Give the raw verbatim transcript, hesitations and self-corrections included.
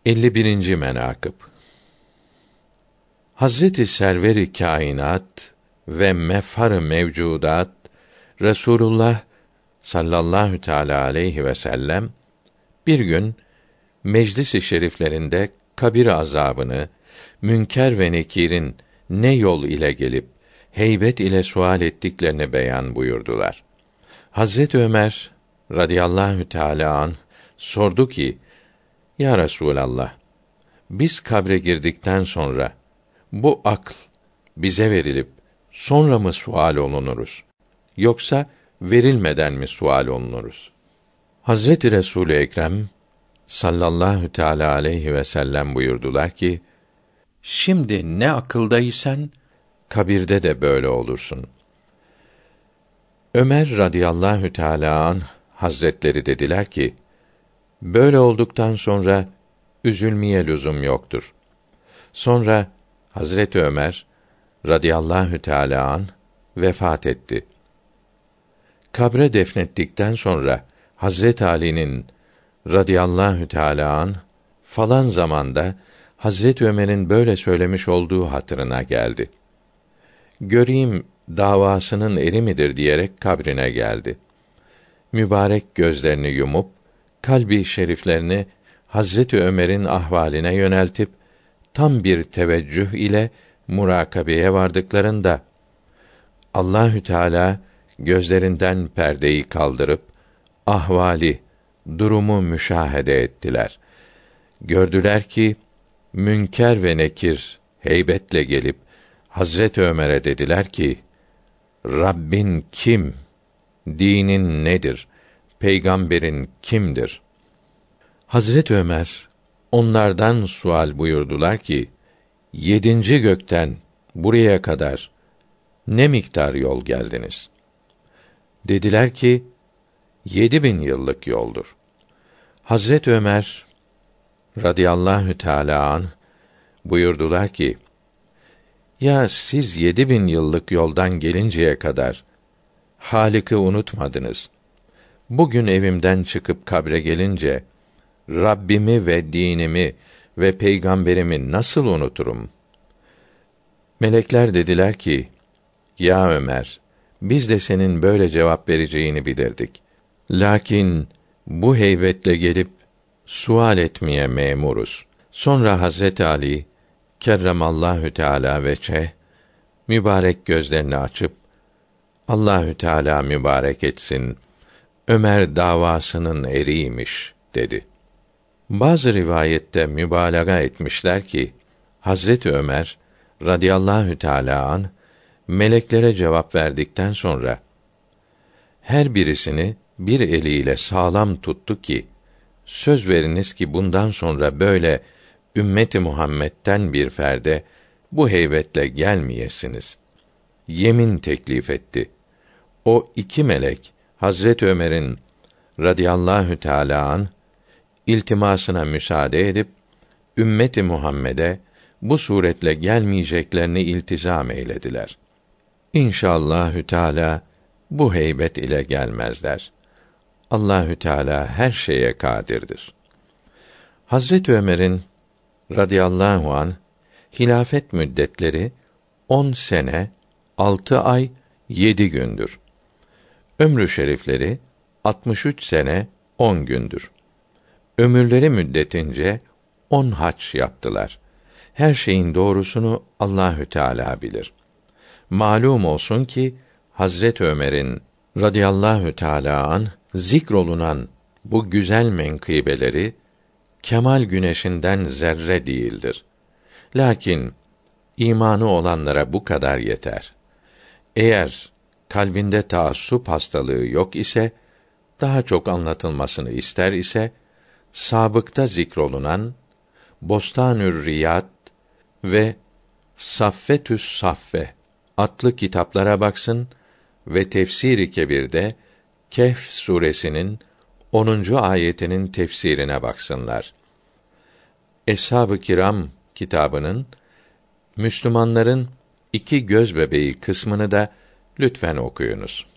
elli birinci menakıb Hazreti Server-i Kainat ve mefhar-ı mevcudat Resulullah sallallahu teâlâ aleyhi ve sellem bir gün meclis-i şeriflerinde kabir azabını, Münker ve Nekîr'in ne yol ile gelip heybet ile sual ettiklerini beyan buyurdular. Hazret Ömer radıyallahu teâlâ anh sordu ki: Ya Resûlallah, biz kabre girdikten sonra bu akl bize verilip sonra mı sual olunuruz? Yoksa verilmeden mi sual olunuruz? Hazreti Resul-i Ekrem sallallahu teâlâ aleyhi ve sellem buyurdular ki: Şimdi ne akıldaysan kabirde de böyle olursun. Ömer radıyallahu teâlâ anh hazretleri dediler ki: Böyle olduktan sonra üzülmeye lüzum yoktur. Sonra Hazreti Ömer radıyallahu teâlâ anh vefat etti. Kabre defnettikten sonra Hazret Ali'nin radıyallahu teâlâ anh falan zamanda Hazret Ömer'in böyle söylemiş olduğu hatırına geldi. Göreyim davasının eri midir diyerek kabrine geldi. Mübarek gözlerini yumup kalbi şeriflerini Hazreti Ömer'in ahvaline yöneltip tam bir teveccüh ile murakabeye vardıklarında Allahü Teala gözlerinden perdeyi kaldırıp ahvali, durumu müşahede ettiler. Gördüler ki Münker ve Nekir heybetle gelip Hazreti Ömer'e dediler ki: Rabbin kim? Dinin nedir? Peygamberin kimdir? Hazret Ömer onlardan sual buyurdular ki: Yedinci gökten buraya kadar ne miktar yol geldiniz? Dediler ki: Yedi bin yıllık yoldur. Hazret Ömer radıyallahu teâlâ anh buyurdular ki: Ya siz yedi bin yıllık yoldan gelinceye kadar Halık'ı unutmadınız. Bugün evimden çıkıp kabre gelince Rabbimi ve dinimi ve peygamberimi nasıl unuturum? Melekler dediler ki: Ya Ömer, biz de senin böyle cevap vereceğini bilirdik. Lakin bu heybetle gelip sual etmeye memuruz. Sonra Hazret Ali kerremallahu teâlâ veçheh mübarek gözlerini açıp Allahü Teala mübarek etsin, Ömer davasının eriymiş dedi. Bazı rivayette mübalağa etmişler ki Hazreti Ömer radıyallahu teâlâ anh meleklere cevap verdikten sonra her birisini bir eliyle sağlam tuttu ki söz veriniz ki bundan sonra böyle ümmeti Muhammed'den bir ferde bu heybetle gelmeyesiniz. Yemin teklif etti. O iki melek Hazret Ömer'in radıyallahu teâlâ anh iltimasına müsaade edip ümmeti Muhammed'e bu suretle gelmeyeceklerini iltizam eylediler. İnşallahü Teala bu heybet ile gelmezler. Allahü Teala her şeye kadirdir. Hazret Ömer'in radıyallahu anh hilafet müddetleri on sene, altı ay, yedi gündür. Ömrü şerifleri altmış üç sene, on gündür. Ömürleri müddetince on hac yaptılar. Her şeyin doğrusunu Allahü Teala bilir. Malum olsun ki Hazret Ömer'in radıyallahu teâlâ anh zikrolunan bu güzel menkıbeleri kemal güneşinden zerre değildir. Lakin imanı olanlara bu kadar yeter. Eğer kalbinde taassup hastalığı yok ise, daha çok anlatılmasını ister ise, sabıkta zikrolunan Bostanür Riyad ve Saffetü's Saffe adlı kitaplara baksın ve Tefsir-i Kebir'de Kehf suresinin onuncu ayetinin tefsirine baksınlar. Eshab-ı Kiram kitabının Müslümanların iki göz bebeği kısmını da lütfen okuyunuz.